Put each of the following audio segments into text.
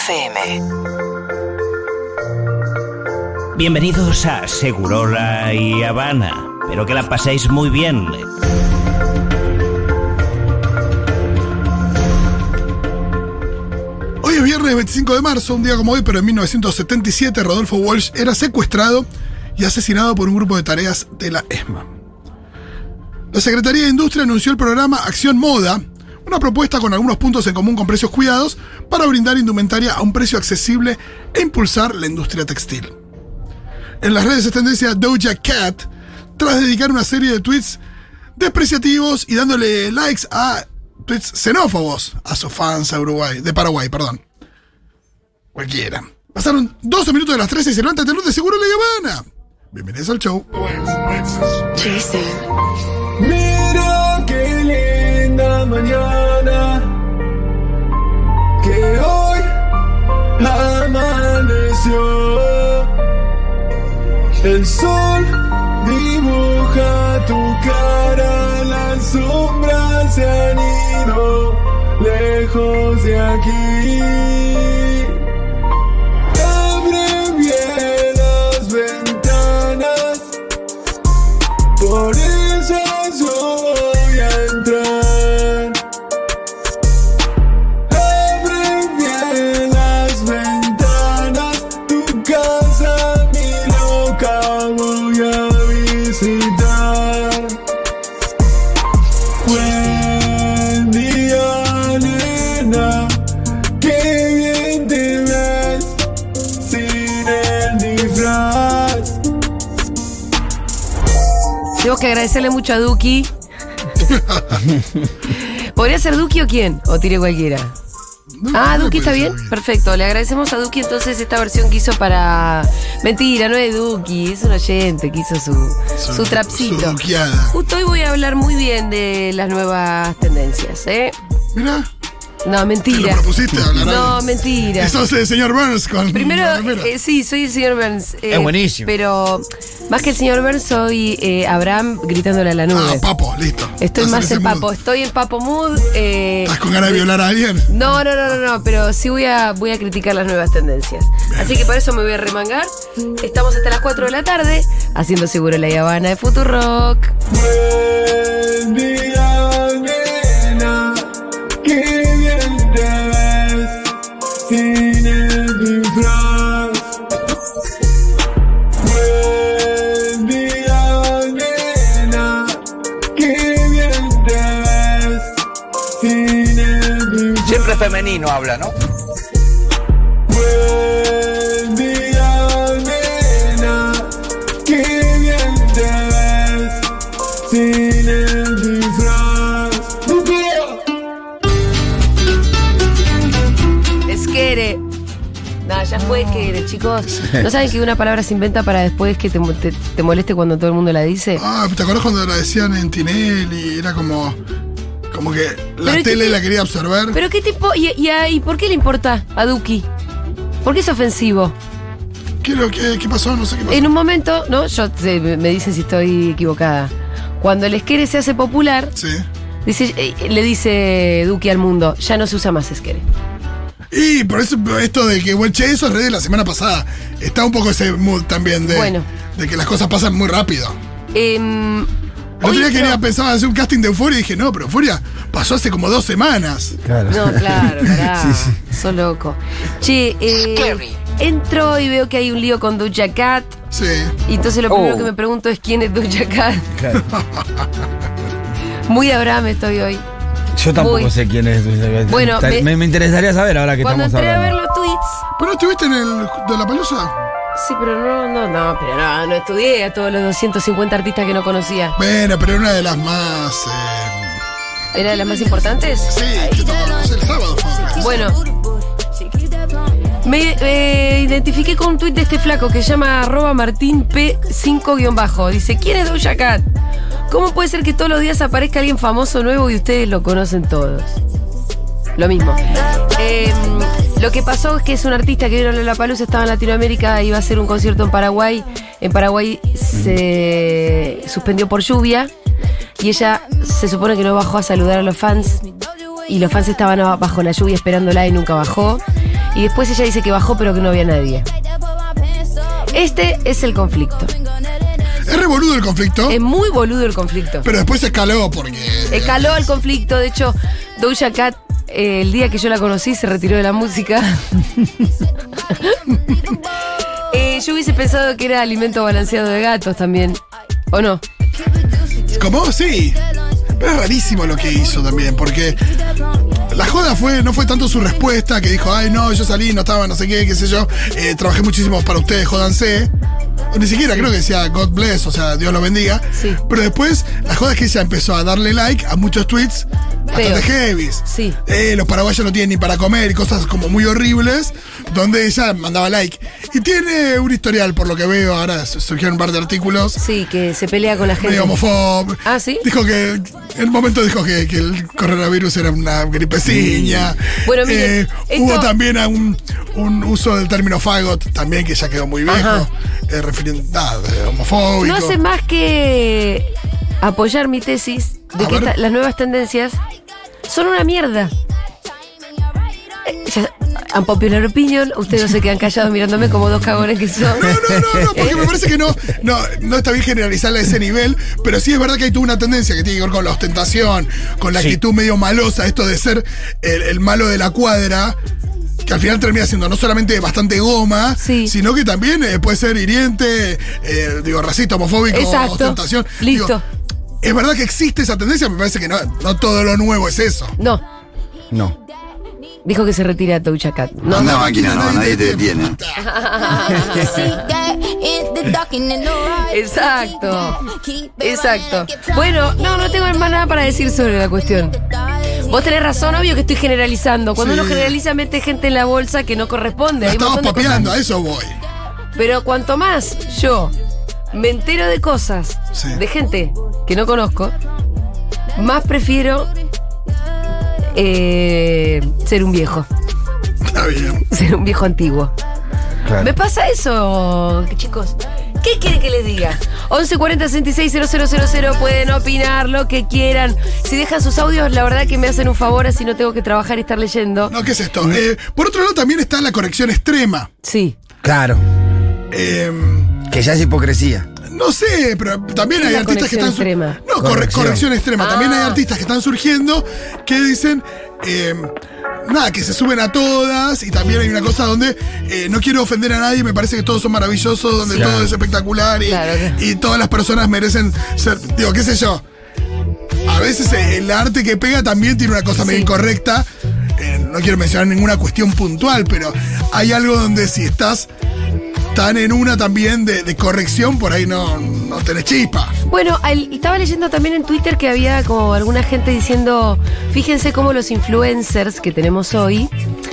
FM. Bienvenidos a Segurola y Habana. Espero que la paséis muy bien. Hoy es viernes 25 de marzo, un día como hoy, pero en 1977 Rodolfo Walsh era secuestrado y asesinado por un grupo de tareas de la ESMA. La Secretaría de Industria anunció el programa Acción Moda, una propuesta con algunos puntos en común con precios cuidados para brindar indumentaria a un precio accesible e impulsar la industria textil. En las redes es tendencia Doja Cat, tras dedicar una serie de tweets despreciativos y dándole likes a tweets xenófobos a sus fans de Paraguay. Cualquiera. Pasaron 12 minutos de las 13 y se levanta el telón de Seguro La Habana. Bienvenidos al show. Mira qué linda mañana que hoy amaneció. El sol dibuja tu cara, las sombras se han ido lejos de aquí. Abre bien las ventanas, por eso yo voy a entrar. Abre bien las ventanas, tu casa, mi loca, voy a visitar. Buen día, nena, qué bien te ves sin el disfraz. Tengo que agradecerle mucho a Duki. ¿Podría ser Duki o quién? ¿O tiré cualquiera? Duki está bien. Perfecto. Le agradecemos a Duki entonces esta versión que hizo para... Mentira, no es Duki, es un oyente que hizo su trapcito. Su duqueada. Justo hoy voy a hablar muy bien de las nuevas tendencias, ¿eh? Mirá. No, ¿Te mentira. lo propusiste hablar? No, mentira. Sos el señor Burns con Primero, la remera. sí, soy el señor Burns. Es buenísimo. Pero más que el señor Burns, soy Abraham gritándole a la nube. Papo, listo. Estoy Estás más ese en mood. Papo. Estoy en Papo Mood. ¿Estás con ganas de violar a alguien? No, pero sí voy a criticar las nuevas tendencias. Bien. Así que para eso me voy a remangar. Estamos hasta las 4 de la tarde haciendo Seguro La Habana de Futurock. Buen día, nena, qué bien te ves sin el disfraz. Buen día, nena, qué bien te ves sin el disfraz. Siempre femenino habla, ¿no? Buen día, nena, qué bien te ves sin el disfraz. Esquere. Nada, ya fue esquere, chicos. ¿No saben que una palabra se inventa para después que te moleste cuando todo el mundo la dice? ¿Te acordás cuando la decían en Tinelli? Era como que la Pero tele la quería absorber. ¿Pero qué tipo? ¿Y por qué le importa a Duki? ¿Por qué es ofensivo? ¿Qué pasó? No sé qué pasó. En un momento, ¿no? Me dicen si estoy equivocada. Cuando el esquere se hace popular, Sí. le dice Duki al mundo, ya no se usa más esquere. Y por eso esto de que, bueno, che, eso es de la semana pasada. Está un poco ese mood también de que las cosas pasan muy rápido. El El otro día pensaba hacer un casting de Euphoria y dije, no, pero Euphoria pasó hace como 2 semanas. Claro. No, claro, pará. Sí. Sos loco. Che, entro y veo que hay un lío con Doja Cat. Sí. Y entonces lo primero que me pregunto es quién es Doja Cat. Claro. Muy Abraham estoy hoy. Yo tampoco Muy. sé quién es. Bueno, me interesaría saber ahora que Cuando estamos entré a ver hablando. los tweets. ¿Pero estuviste en el de la Palusa? Sí, pero no estudié a todos los 250 artistas que no conocía. Bueno, pero era una de las más... ¿Era de las más importantes? Sí, que tocó el sábado. Fue. Bueno, me identifiqué con un tuit de este flaco que se llama @martinp5-. Dice, ¿quién es Doja Cat? ¿Cómo puede ser que todos los días aparezca alguien famoso nuevo y ustedes lo conocen todos? Lo mismo. Lo que pasó es que es un artista que vino a Lollapalooza, estaba en Latinoamérica, iba a hacer un concierto en Paraguay. En Paraguay se suspendió por lluvia y ella se supone que no bajó a saludar a los fans. Y los fans estaban bajo la lluvia esperándola y nunca bajó. y después ella dice que bajó pero que no había nadie. Este es el conflicto. Es re boludo el conflicto, Es muy boludo el conflicto. pero después escaló porque... Escaló el conflicto. De hecho, Doja Cat, el día que yo la conocí, se retiró de la música. Yo hubiese pensado que era alimento balanceado de gatos también. ¿O no? ¿Cómo? Sí. Pero es rarísimo lo que hizo también, porque la joda no fue tanto su respuesta, que dijo, ay no, yo salí, no estaba, no sé qué sé yo, trabajé muchísimo para ustedes, jódanse. O ni siquiera creo que decía God bless, o sea, Dios lo bendiga. Sí. Pero después, la joda es que ella empezó a darle like a muchos tweets bastante heavies. Sí. Los paraguayos no tienen ni para comer y cosas como muy horribles, donde ella mandaba like. Y tiene un historial, por lo que veo, ahora surgieron un par de artículos. Sí, que se pelea con la gente. Medio homofóbico. Ah, ¿sí? Dijo que, en un momento dijo que el coronavirus era una gripeciña. Bueno, mire, Hubo también un uso del término fagot, también que ya quedó muy viejo. Ajá. Homofóbico. No hace más que apoyar mi tesis de A que ver. las nuevas tendencias son una mierda. Unpopular opinion, ustedes no se quedan callados mirándome como dos cagones que son. No, porque me parece que no está bien generalizarla a ese nivel, pero sí es verdad que hay toda una tendencia que tiene que ver con la ostentación, con la Sí. actitud medio malosa, esto de ser el malo de la cuadra, que al final termina siendo no solamente bastante goma, Sí. sino que también puede ser hiriente, racista, homofóbico, Exacto. ostentación. Listo. Es verdad que existe esa tendencia, me parece que no todo lo nuevo es eso. No, No. dijo que se retira Doja Cat. No, Anda máquina, no, nadie te detiene. Exacto. Exacto. Bueno, no tengo más nada para decir sobre la cuestión. Vos tenés razón, obvio que estoy generalizando. Cuando Sí. uno generaliza, mete gente en la bolsa que no corresponde. La Hay un estamos montón de papeando, cosas. a eso voy. Pero cuanto más yo me entero de cosas Sí. de gente que no conozco, más prefiero ser un viejo. Está bien. Ser un viejo antiguo. Claro. Me pasa eso, chicos. ¿Qué quieren que les diga? 1140 66 000 pueden opinar lo que quieran. Si dejan sus audios, la verdad que me hacen un favor, así no tengo que trabajar y estar leyendo. No, ¿qué es esto? Por otro lado, también está la corrección extrema. Sí. Claro. Que ya es hipocresía. No sé, pero también ¿Qué hay es la artistas que están... conexión extrema? No, Corrección. corrección extrema. También hay Ah. artistas que están surgiendo que dicen... nada, que se suben a todas y también hay una cosa donde no quiero ofender a nadie, me parece que todos son maravillosos, donde Claro. todo es espectacular y, Claro. y todas las personas merecen ser, digo, qué sé yo. A veces el arte que pega también tiene una cosa medio Sí. incorrecta. No quiero mencionar ninguna cuestión puntual, pero hay algo donde si estás tan en una también de corrección, por ahí no tenés chispa. Bueno, estaba leyendo también en Twitter que había como alguna gente diciendo, fíjense cómo los influencers que tenemos hoy,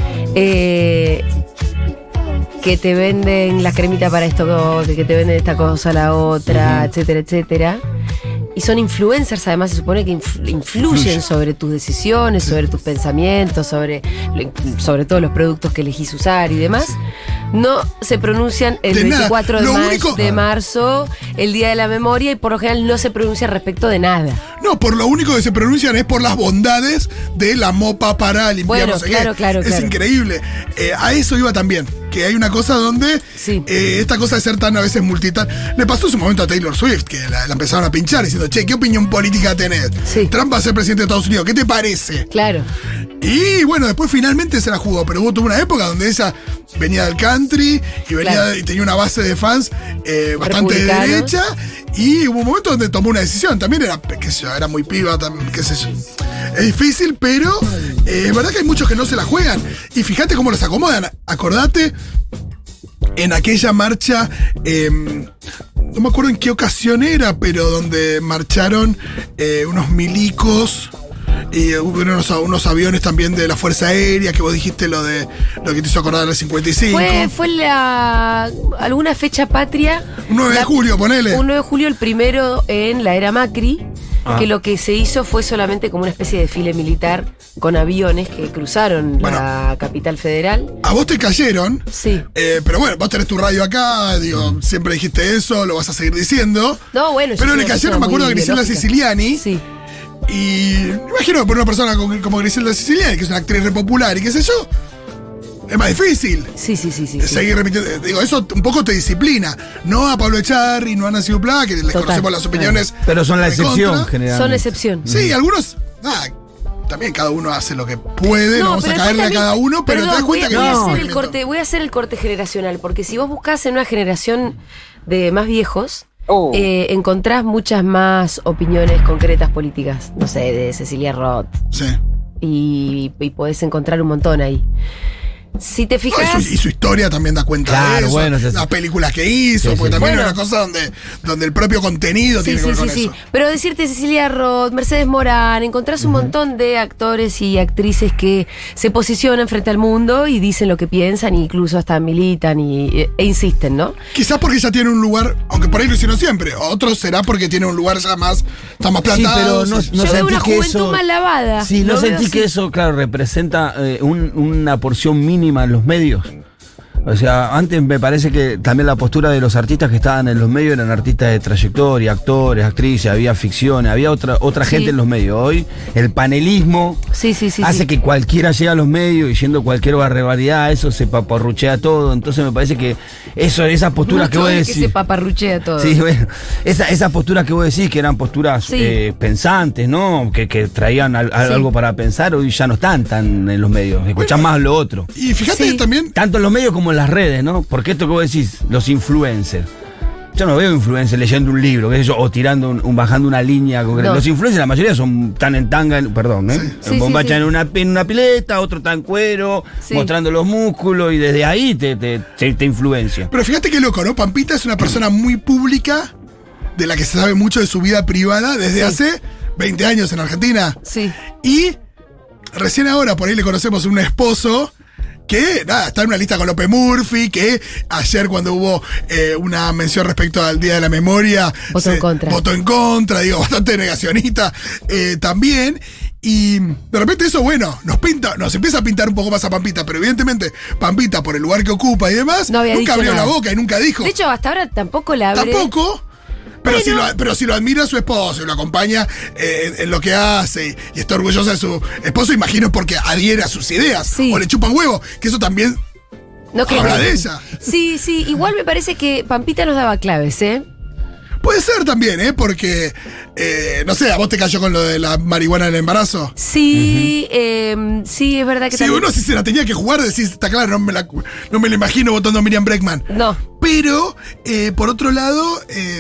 que te venden la cremita para esto, que te venden esta cosa, la otra, etcétera, etcétera. Y son influencers, además se supone que influyen sobre tus decisiones, sobre tus pensamientos, sobre todos los productos que elegís usar y demás. No se pronuncian el De nada. 24 Lo de único- de marzo, el Día de la Memoria, y por lo general no se pronuncia respecto de nada. No, por lo único que se pronuncian es por las bondades de la mopa para limpiar Bueno, no sé claro, qué. claro, Es claro. increíble. A eso iba también. Que hay una cosa donde Sí. esta cosa de ser tan a veces multitask. Le pasó en su momento a Taylor Swift, que la empezaron a pinchar diciendo, che, ¿qué opinión política tenés? Sí. Trump va a ser presidente de Estados Unidos, ¿qué te parece? Claro. Y bueno, después finalmente se la jugó, pero hubo toda una época donde ella venía del country y Claro. y tenía una base de fans bastante de Republicanos. derecha, y hubo un momento donde tomó una decisión. También era, qué sé yo, era muy piba, qué sé yo. Es difícil, pero es verdad que hay muchos que no se la juegan. Y fíjate cómo los acomodan. Acordate en aquella marcha, no me acuerdo en qué ocasión era, pero donde marcharon unos milicos. Y hubo unos aviones también de la Fuerza Aérea, que vos dijiste lo que te hizo acordar del 55. Fue alguna fecha patria. Un 9 de julio, ponele. Un 9 de julio, el primero en la era Macri, que lo que se hizo fue solamente como una especie de desfile militar con aviones que cruzaron la capital federal. A vos te cayeron. Sí. Pero bueno, vos tenés tu radio acá, digo, siempre dijiste eso, lo vas a seguir diciendo. No, bueno, yo Pero soy le una cayeron, persona me acuerdo, a muy Griselda ideológica. Siciliani. Sí. Y imagino que por una persona como Griselda Siciliani, que es una actriz repopular y qué sé yo, es más difícil. Sí. Seguir repitiendo. Digo, eso un poco te disciplina. No a Pablo Echarri, no a Nacio Pla, que les Total, conocemos las opiniones. Pero son la de excepción, contra. generalmente. Son excepción. Sí, algunos. También cada uno hace lo que puede, no vamos a pero caerle a también- cada uno, pero te das cuenta que voy a no. voy a hacer el corte generacional, porque si vos buscás en una generación de más viejos, encontrás muchas más opiniones concretas políticas, no sé, de Cecilia Roth, Sí. y podés encontrar un montón ahí. Si te No, fijas... y su historia también da cuenta Claro, de eso. bueno, las películas que hizo, Sí, porque sí. también Bueno. es una cosa donde el propio contenido tiene que ver con eso. Pero decirte Cecilia Roth, Mercedes Morán, encontrás un montón de actores y actrices que se posicionan frente al mundo y dicen lo que piensan, e incluso hasta militan e insisten, ¿no? Quizás porque ya tiene un lugar, aunque por ahí lo hicieron siempre. Otros será porque tiene un lugar ya más, está más Sí, plantado. pero no Yo veo sentí una que juventud eso. mal lavada. Sí, no Lo veo sentí que así. eso, claro, representa una porción mínima en los medios. O sea, antes me parece que también la postura de los artistas que estaban en los medios eran artistas de trayectoria, actores, actrices, había ficciones, había otra Sí. gente en los medios. Hoy el panelismo Sí. hace que cualquiera llegue a los medios diciendo cualquier barbaridad, eso se paparruchea todo. Entonces me parece que esas posturas que Mucho vos de decís. que se paparruchea todo. Sí, bueno, esas posturas que vos decís que eran posturas Sí. pensantes, ¿no? Que traían algo para pensar, hoy ya no están tan en los medios, escuchan más lo otro. Y fíjate Sí. también, Tanto en los medios como en las redes, ¿no? Porque esto que vos decís, los influencers. Yo no veo influencers leyendo un libro, qué sé yo, o tirando bajando una línea concreta. No. Los influencers, la mayoría tan en tanga, perdón, ¿eh? Sí, En bombacha sí. en una pileta, otro tan cuero, Sí. mostrando los músculos, y desde ahí te influencia. pero fíjate qué loco, ¿no? Pampita es una persona muy pública, de la que se sabe mucho de su vida privada desde hace 20 años en Argentina. Sí. Y recién ahora por ahí le conocemos un esposo que, nada, está en una lista con López Murphy, que ayer cuando hubo una mención respecto al Día de la Memoria, Votó en contra. Votó en contra, digo, bastante negacionista también. Y de repente eso, bueno, nos empieza a pintar un poco más a Pampita, pero evidentemente Pampita, por el lugar que ocupa y demás, No había nunca dicho abrió nada. la boca y nunca dijo. De hecho, hasta ahora tampoco la abre. Tampoco. Pero si lo admira a su esposo y lo acompaña en lo que hace y está orgullosa de su esposo, imagino porque adhiere a sus ideas Sí. o le chupan huevo, que eso también No creo habla que- de ella. Sí. Igual me parece que Pampita nos daba claves, ¿eh? Puede ser también, porque, no sé, ¿a vos te cayó con lo de la marihuana en el embarazo? Sí, sí, es verdad que Si también... uno si se la tenía que jugar, decís, está claro, no me la imagino votando a Miriam Breckman. No, Pero, por otro lado,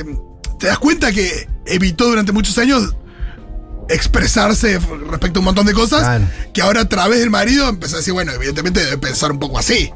te das cuenta que evitó durante muchos años expresarse respecto a un montón de cosas, Claro. que ahora a través del marido empezó a decir, bueno, evidentemente debe pensar un poco así.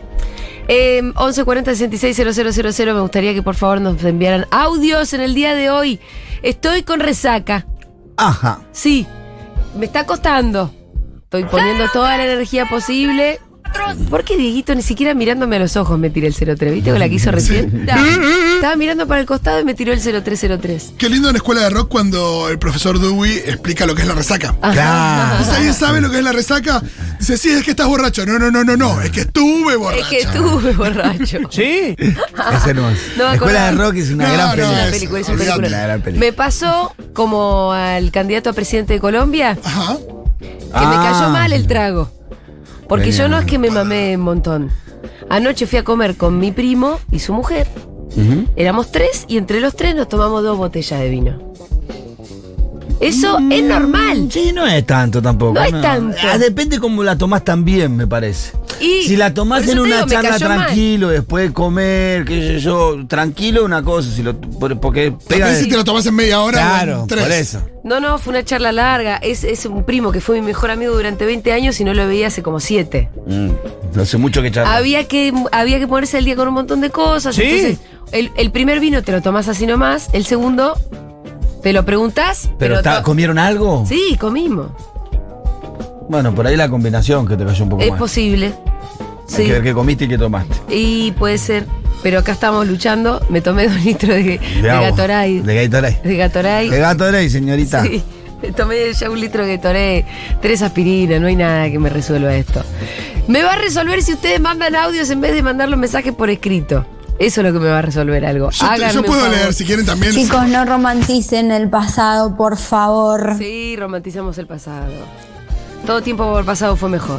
1140 66 000, me gustaría que por favor nos enviaran audios en el día de hoy. Estoy con resaca. Ajá. Sí, me está costando. Estoy poniendo toda la energía posible. ¿Por qué Dieguito ni siquiera mirándome a los ojos me tiró el 03? ¿Viste con la que hizo recién? Estaba mirando para el costado y me tiró el 0303. Qué lindo en Escuela de Rock cuando el profesor Dewey explica lo que es la resaca. Claro. Entonces, ¿alguien sabe lo que es la resaca? Dice, sí, es que estás borracho. No, es que estuve borracho. Es que estuve borracho. ¿Sí? Es hermoso. No me La Escuela de acordaba. Rock es una No, gran no, Es una película. película, es una olvídate. película. Una gran película. Me pasó como al candidato a presidente de Colombia, Ajá. que me cayó mal el trago. Porque yo no es que me mamé un montón. Anoche fui a comer con mi primo y su mujer. Ujú. Éramos 3 y entre los 3 nos tomamos 2 botellas de vino. Eso es normal. Sí, no es tanto tampoco. No es tanto. Depende cómo la tomás también, me parece. Y Si la tomás por eso en te una digo, me charla cayó mal. tranquilo, después de comer, qué sé yo, tranquilo una cosa, porque pega También si te lo tomás en media hora o Claro, en 3. por eso. No, fue una charla larga. Es un primo que fue mi mejor amigo durante 20 años y no lo veía hace como 7. No sé mucho que charlar. Había que ponerse al día con un montón de cosas. ¿Sí? Entonces, el primer vino te lo tomás así nomás. El segundo, te lo preguntás. ¿Comieron algo? Sí, comimos. Bueno, por ahí la combinación que te cayó un poco Es más. posible. Hay Sí. que ver qué comiste y qué tomaste. Y puede ser. Pero acá estamos luchando. Me tomé 2 litros de agua. Gatorade. De Gatorade. De Gatorade. De Gatorade, señorita. Sí. Me tomé ya 1 litro de Gatorade, 3 aspirinas, no hay nada que me resuelva esto. Me va a resolver si ustedes mandan audios en vez de mandar los mensajes por escrito. Eso es lo que me va a resolver algo. Háganme Yo un puedo favor. leer si quieren también. Chicos, no romanticen el pasado, por favor. Sí, romantizamos el pasado. Todo tiempo por el pasado fue mejor.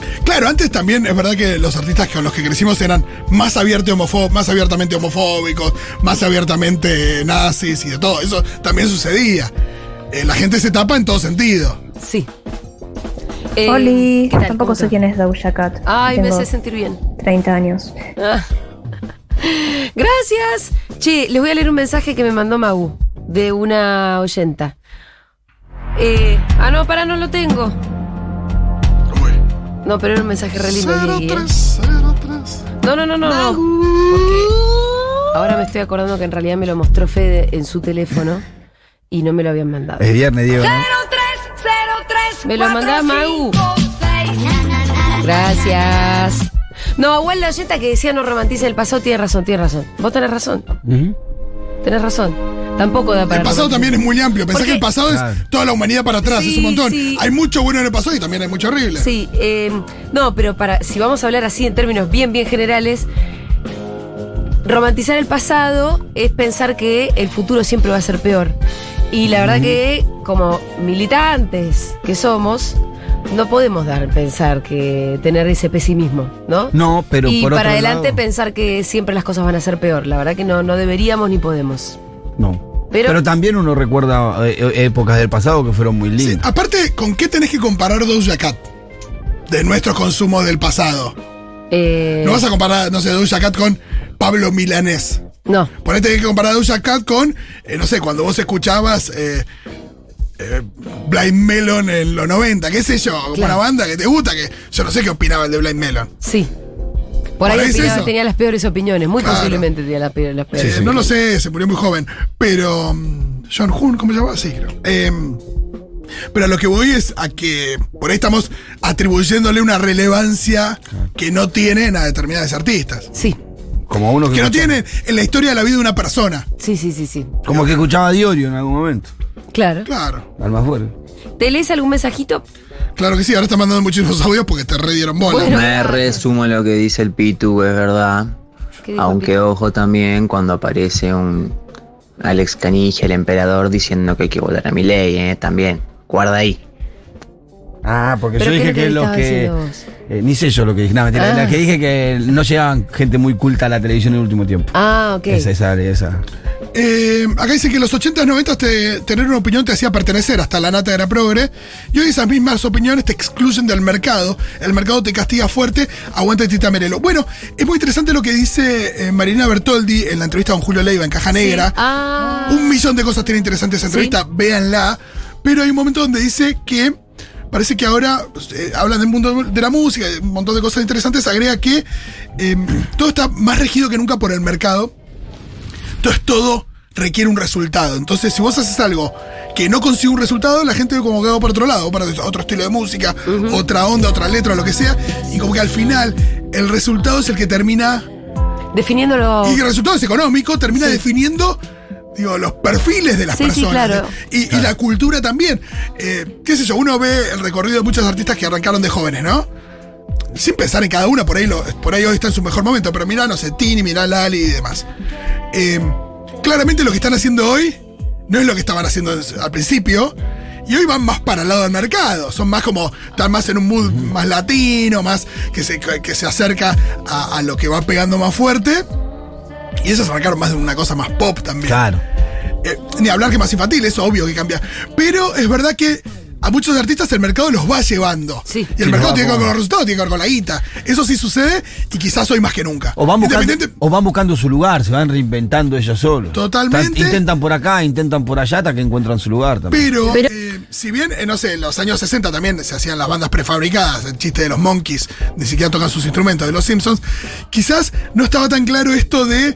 Claro, antes también es verdad que los artistas con los que crecimos eran más abiertamente homofóbicos, más abiertamente nazis y de todo. Eso también sucedía. La gente se tapa en todo sentido. Sí. Oli, ¿qué tal? tampoco ¿Cómo sé estás? quién es Doja Cat. Ay, me Tengo hace sentir bien. 30 años. Ah. Gracias. Che, les voy a leer un mensaje que me mandó Magu, de una oyenta. No lo tengo. Uy. No, pero era un mensaje re lindo, Diegui, ¿eh? 03. No. Porque ahora me estoy acordando que en realidad me lo mostró Fede en su teléfono y no me lo habían mandado. Es viernes, Diego, ¿no? Me lo mandaba Magu. Gracias. No, igual la oyenta que decía no romantice el pasado tiene razón. Vos tenés razón. Ujú. Tenés razón. Tampoco da para El pasado romantizar. también es muy amplio. Pensá Porque- que el pasado Claro. es toda la humanidad para atrás, Sí, es un montón. sí. Hay mucho bueno en el pasado y también hay mucho horrible. Sí, no, pero si vamos a hablar así en términos bien generales, romantizar el pasado es pensar que el futuro siempre va a ser peor. Y la verdad que, como militantes que somos, no podemos pensar que tener ese pesimismo, ¿no? No, pero y por para otro adelante lado, pensar que siempre las cosas van a ser peor. La verdad que no deberíamos ni podemos. no. Pero- Pero también uno recuerda épocas del pasado que fueron muy Sí, lindas. aparte, ¿con qué tenés que comparar Doja Cat? De nuestro consumo del pasado. No vas a comparar, no sé, Doja Cat con Pablo Milanés. No. Por ahí tenés que comparar Doja Cat con, no sé, cuando vos escuchabas Blind Melon en los 90, qué sé yo, como Claro. una banda que te gusta, que yo no sé qué opinaba el de Blind Melon. Sí. Por ahí ¿Por ahí es eso? tenía las peores opiniones. Muy Claro. posiblemente tenía las peores opiniones. No lo sé, se murió muy joven. Pero. John Hoon, ¿cómo se llama? Sí, creo. Pero a lo que voy es a que por ahí estamos atribuyéndole una relevancia que no tienen a determinados artistas. Sí. Como uno Que no escuchaba- tienen en la historia de la vida de una persona. Sí. Como que escuchaba Diorio en algún momento. Claro. Claro. Al más fuerte. ¿Te lees algún mensajito? Claro que sí, ahora está mandando muchísimos audios porque te redieron bola. Bueno. Me resumo lo que dice el Pitu, es verdad. ¿Qué dijo Aunque Pitu? ojo también cuando aparece un Alex Canilla, el emperador, diciendo que hay que votar a Milei, también. Guarda ahí. Ah, porque ¿Pero yo qué dije es lo que es lo estabas que. diciendo vos? Ni sé yo lo que dije. No, mentira. Ah. La que dije que no llegaban gente muy culta a la televisión en el último tiempo. Ah, ok. Esa. Acá dice que en los 80s, 90s tener una opinión te hacía pertenecer, hasta la nata era progre, y hoy esas mismas opiniones te excluyen del mercado. El mercado te castiga fuerte, aguanta Tita Merelo. Bueno, es muy interesante lo que dice Marina Bertoldi en la entrevista con Julio Leiva en Caja Negra. Ah. 1.000.000 de cosas tiene interesante esa entrevista, véanla. Pero hay un momento donde dice que parece que ahora hablan del mundo de la música, de un montón de cosas interesantes, agrega que todo está más regido que nunca por el mercado. Entonces todo requiere un resultado. Entonces, si vos haces algo que no consigue un resultado, la gente como que va para otro lado, para otro estilo de música, otra onda, otra letra, lo que sea. Y como que al final, el resultado es el que termina. Definiéndolo. Y el resultado es económico, termina Sí. definiendo. Digo, los perfiles de las Sí, sí, personas. claro. Y la cultura también. Qué sé yo, uno ve el recorrido de muchos artistas que arrancaron de jóvenes, ¿no? Sin pensar en cada una, por ahí hoy está en su mejor momento, pero mirá, no sé, Tini, mirá Lali y demás. Claramente lo que están haciendo hoy no es lo que estaban haciendo al principio, y hoy van más para el lado del mercado, son más como, están más en un mood más latino, más que se acerca a lo que va pegando más fuerte, y ellos arrancaron más de una cosa más pop también. Claro. Ni hablar que más infantil, eso obvio que cambia. Pero es verdad que a muchos artistas el mercado los va llevando. Sí. Y el Sí, mercado los va tiene que ver con como- los resultados, tiene que ver con la guita. Eso sí sucede y quizás hoy más que nunca. O van Independiente- buscando su lugar, se van reinventando ellos solos. Totalmente. Intentan por acá, intentan por allá hasta que encuentran su lugar también. Pero, si bien, no sé, en los años 60 también se hacían las bandas prefabricadas, el chiste de los Monkeys, ni siquiera tocan sus instrumentos, de los Simpsons, quizás no estaba tan claro esto de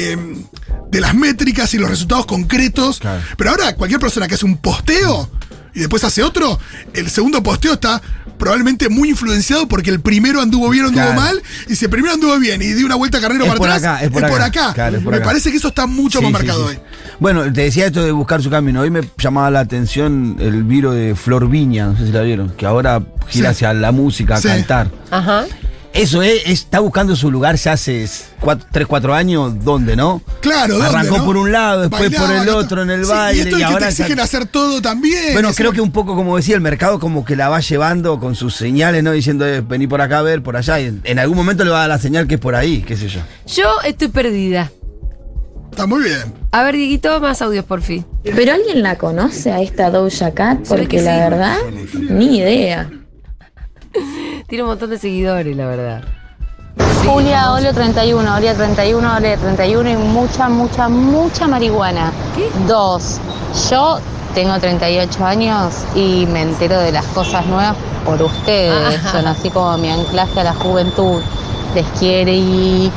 las métricas y los resultados concretos. Claro. Pero ahora cualquier persona que hace un posteo y después hace otro, el segundo posteo está probablemente muy influenciado porque el primero anduvo bien o anduvo Claro. mal, y si el primero anduvo bien y dio una vuelta carnero Es para por atrás, acá, es por acá. Claro, es por Me acá. parece que eso está mucho Sí, más sí, marcado sí. hoy. Bueno, te decía esto de buscar su camino. Hoy me llamaba la atención el viro de Flor Viña, no sé si la vieron, que ahora gira Sí. hacia la música, a Sí. cantar. Ajá. Eso está buscando su lugar ya hace 3, 4 años, ¿dónde, no? Claro, ¿dónde, arrancó no? por un lado, después Bailaba, por el otro en el sí, baile. Y esto es que ahora te exigen hacer todo también. Bueno, creo que un poco, como decía, el mercado como que la va llevando con sus señales, ¿no? Diciendo, vení por acá a ver, por allá. Y en algún momento le va a dar la señal que es por ahí, qué sé yo. Yo estoy perdida. Está muy bien. A ver, Dieguito, más audios por fin. ¿Pero alguien la conoce a esta Doja Cat? Se ve que Porque la sí. verdad, ni idea. Tiene un montón de seguidores, la verdad. Julia, Oleo 31, Oleo 31, Oleo 31 y mucha marihuana. ¿Qué? 2. Yo tengo 38 años y me entero de las cosas nuevas por ustedes. Ajá. Son así como mi anclaje a la juventud. Les quiere y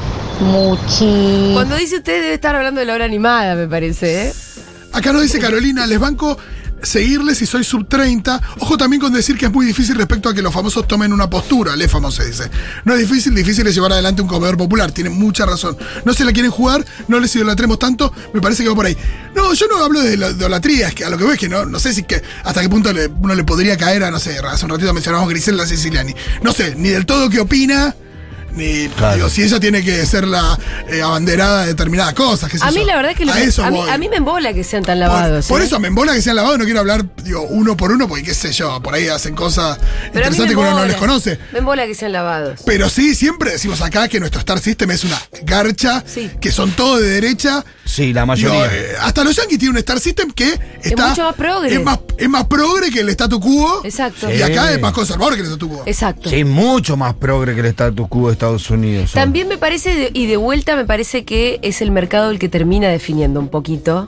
muchi. Cuando dice usted debe estar hablando de la hora animada, me parece, ¿eh? Acá nos dice Carolina, les banco seguirles si soy sub 30. Ojo también con decir que es muy difícil respecto a que los famosos tomen una postura. Les famosos dice. No es difícil es llevar adelante un comedor popular. Tienen mucha razón. No se la quieren jugar, no les idolatremos tanto. Me parece que va por ahí. No, yo no hablo de idolatría, es que a lo que veo es que no sé si que hasta qué punto uno le podría caer a, no sé, hace un ratito mencionamos Griselda Siciliani. No sé, ni del todo qué opina. Ni, Claro. digo, si ella tiene que ser la abanderada de determinadas cosas. Qué sé A mí yo. la verdad que a mí me embola que sean tan lavados. Por ¿eh? eso me embola que sean lavados, no quiero hablar, digo, uno por uno, porque qué sé yo, por ahí hacen cosas Pero a mí me interesantes que uno no embola. les conoce. Me embola que sean lavados. Pero sí, siempre decimos acá que nuestro Star System es una garcha, Sí. que son todos de derecha. Sí, la Digo, mayoría. hasta los Yankees tienen un Star System que está. mucho más progre. Es más progre que el statu quo. Exacto. Y acá Sí. es más conservador que el statu quo. Exacto. Sí, mucho más progre que el status quo de Estados Unidos. También me parece, y de vuelta me parece que es el mercado el que termina definiendo un poquito.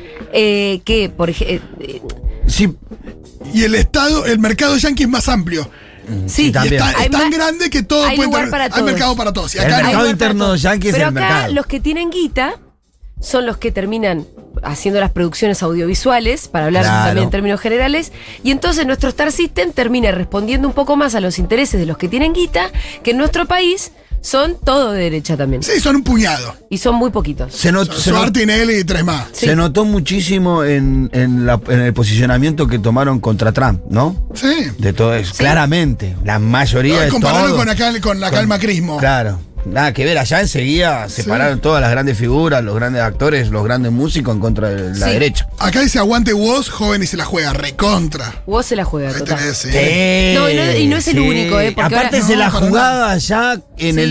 Que, por ejemplo. Sí, Y el mercado yankee es más amplio. Sí, Y también. está, Hay es tan más- grande que todo hay puede lugar tener- para hay todos. mercado para todos. Y El acá mercado no. lugar interno para de todo. Yankee es Pero el acá mercado. los que tienen guita son los que terminan haciendo las producciones audiovisuales, para hablar Claro. también en términos generales, y entonces nuestro Star System termina respondiendo un poco más a los intereses de los que tienen guita, que en nuestro país son todo de derecha también. Sí, son un puñado. Y son muy poquitos. se Martinelli y tres más. Sí. se notó muchísimo en el posicionamiento que tomaron contra Trump, ¿no? Sí. De todo eso. Claramente. La mayoría de Compararlo todo. con acá el macrismo. Claro. Nada que ver, allá enseguida separaron todas las grandes figuras, los grandes actores, los grandes músicos en contra de la Sí. derecha. Acá dice aguante Woz, joven y se la juega, recontra. Vos se la juega, Ahí total. tenés, sí. No, y no es el único, porque Aparte ahora- se la No, para jugaba ya en Sí. el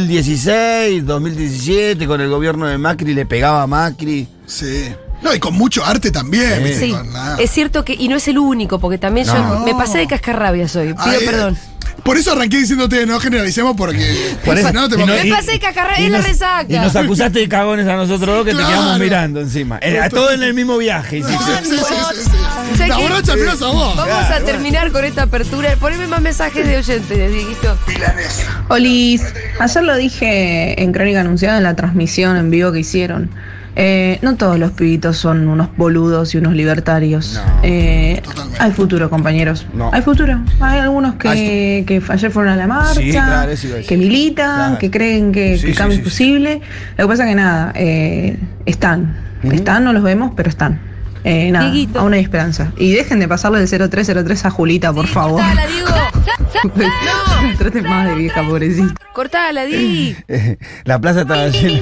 2016, 2017, con el gobierno de Macri, le pegaba a Macri. Sí. No, y con mucho arte también. Sí. ¿viste? Sí, Con nada. es cierto que, y no es el único, porque también yo No. me pasé de cascarrabias hoy, pido Ay, perdón. Por eso arranqué diciéndote no generalicemos porque. Por eso- si no, te y no- pongo- Me pasé de cascarrabias, es la resaca. Y nos acusaste de cagones a nosotros dos que Claro. te quedamos mirando encima. A todos en el mismo viaje. Sí, hiciste. sí, sí, sí. ¿Sabes La qué? borracha mirás a vos. Vamos a terminar con esta apertura. Poneme más mensajes de oyentes, Dieguito. Olis, ayer lo dije en Crónica Anunciada en la transmisión en vivo que hicieron. No todos los pibitos son unos boludos y unos libertarios. Totalmente. Hay futuro, compañeros. No. Hay futuro. Hay algunos que ayer fueron a la marcha, Sí, claro, eso iba a decir. que militan, Claro. que creen que Sí, el sí, cambio sí, es posible. Lo que pasa que nada, están. Están, no los vemos, pero están. Nada, Dieguito. aún hay esperanza. Y dejen de pasarle del 0303 a Julita, por favor. Cortala, Diego. No traten más de vieja, pobrecita. Cortala, Di. La plaza estaba llena.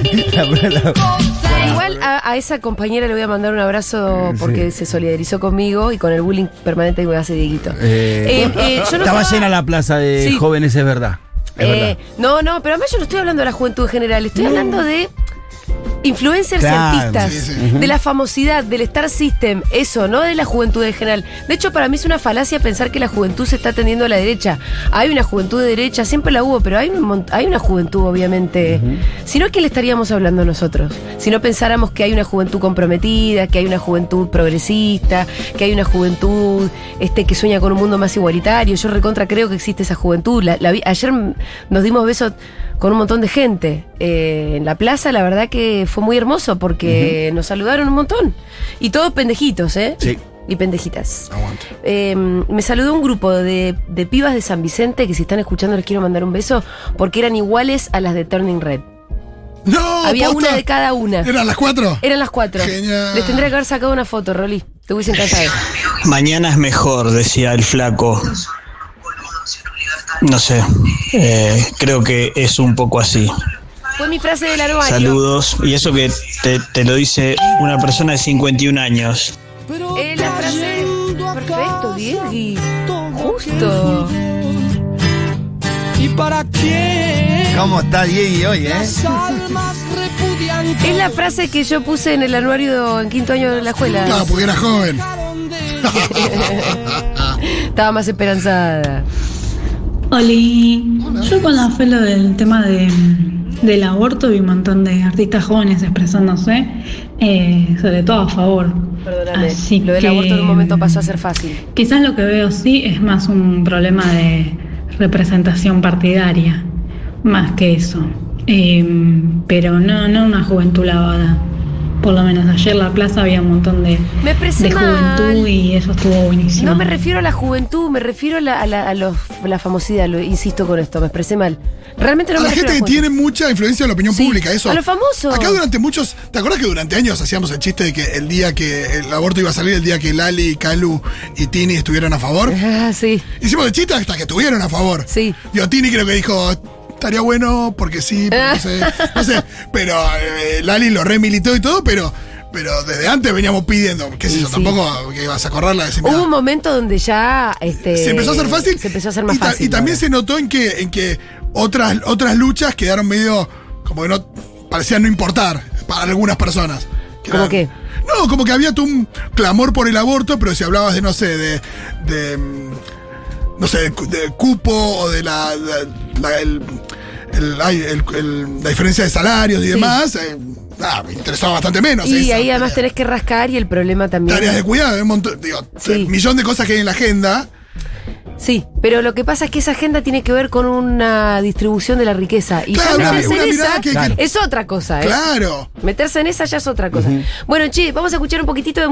Igual a esa compañera le voy a mandar un abrazo porque se solidarizó conmigo y con el bullying permanente que me hace Dieguito. Yo no Estaba llena la plaza de Sí. jóvenes, es verdad. Es verdad. No, pero además yo no estoy hablando de la juventud en general, estoy hablando de influencers Claro, y artistas, sí, sí. de la famosidad, del Star System, eso, no de la juventud en general. De hecho, para mí es una falacia pensar que la juventud se está tendiendo a la derecha. Hay una juventud de derecha, siempre la hubo, pero hay una juventud, obviamente. Si no, ¿qué le estaríamos hablando nosotros? Si no pensáramos que hay una juventud comprometida, que hay una juventud progresista, que hay una juventud que sueña con un mundo más igualitario. Yo recontra creo que existe esa juventud. Ayer nos dimos besos con un montón de gente en la plaza, la verdad que fue muy hermoso porque nos saludaron un montón. Y todos pendejitos, ¿eh? Sí. Y pendejitas. Aguante. Me saludó un grupo de pibas de San Vicente que si están escuchando les quiero mandar un beso porque eran iguales a las de Turning Red. No, Había posta. una de cada una. ¿Eran las 4? Eran las 4. Genial. Les tendría que haber sacado una foto, Rolly. Te hubiese encantado. Mañana es mejor, decía el flaco. no sé, creo que es un poco así. Fue mi frase del anuario. Saludos. Y eso que te lo dice una persona de 51 años. La frase. Perfecto, Diegui. Justo. ¿Y para quién? ¿Cómo está Diegui hoy, Es la frase que yo puse en el anuario en quinto año de la escuela. Claro, porque era joven. Estaba más esperanzada. Oli, yo cuando fue lo del tema del aborto vi un montón de artistas jóvenes expresándose, sobre todo a favor. Perdóname, Así lo del aborto en un momento pasó a ser fácil. Quizás lo que veo sí es más un problema de representación partidaria, más que eso. Pero no una juventud lavada. Por lo menos ayer en la plaza había un montón de juventud y eso estuvo buenísimo. No me refiero a la juventud, me refiero a la famosidad, insisto con esto, me expresé mal. Realmente no me refiero a la gente que tiene mucha influencia en la opinión pública, eso. A los famosos. Acá durante muchos, ¿te acuerdas que durante años hacíamos el chiste de que el día que el aborto iba a salir, el día que Lali, Calu y Tini estuvieron a favor? Sí. Hicimos el chiste hasta que estuvieron a favor. Sí. Digo, Tini creo que dijo, estaría bueno porque sí, porque no sé, pero Lali lo remilitó y todo, pero desde antes veníamos pidiendo, qué sé yo, tampoco que ibas a correrla. Hubo un momento donde ya se empezó a hacer fácil. Se empezó a hacer más fácil. Y también se notó en que otras luchas quedaron medio como que no parecían no importar para algunas personas. ¿Cómo qué? No, como que había todo un clamor por el aborto, pero si hablabas de, no sé, de cupo o de la diferencia de salarios y demás, me interesaba bastante menos. Y ahí además tenés que rascar y el problema también. Tareas de cuidado, un montón, un millón de cosas que hay en la agenda. Sí, pero lo que pasa es que esa agenda tiene que ver con una distribución de la riqueza. Y claro, ya meterse en esa que es otra cosa. Claro. Meterse en esa ya es otra cosa. Bueno, che, vamos a escuchar un poquitito de